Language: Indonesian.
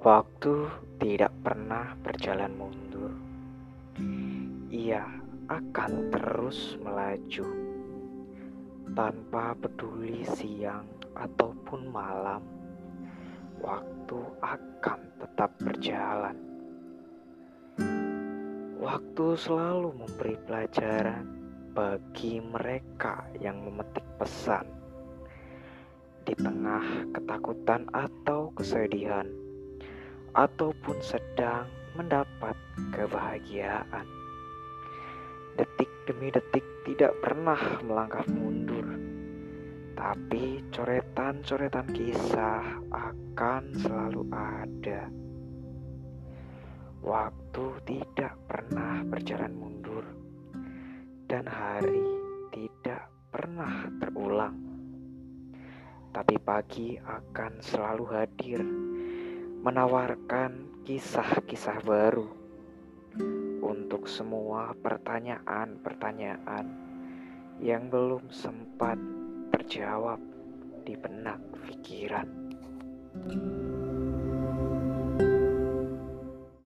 Waktu tidak pernah berjalan mundur. Ia akan terus melaju tanpa peduli siang ataupun malam. Waktu akan tetap berjalan. Waktu selalu memberi pelajaran bagi mereka yang memetik pesan di tengah ketakutan atau kesedihan, ataupun sedang mendapat kebahagiaan. Detik demi detik tidak pernah melangkah mundur, tapi coretan-coretan kisah akan selalu ada. Waktu tidak pernah berjalan mundur, dan hari tidak pernah terulang. Tapi pagi akan selalu hadir, menawarkan kisah-kisah baru untuk semua pertanyaan-pertanyaan yang belum sempat terjawab di benak pikiran.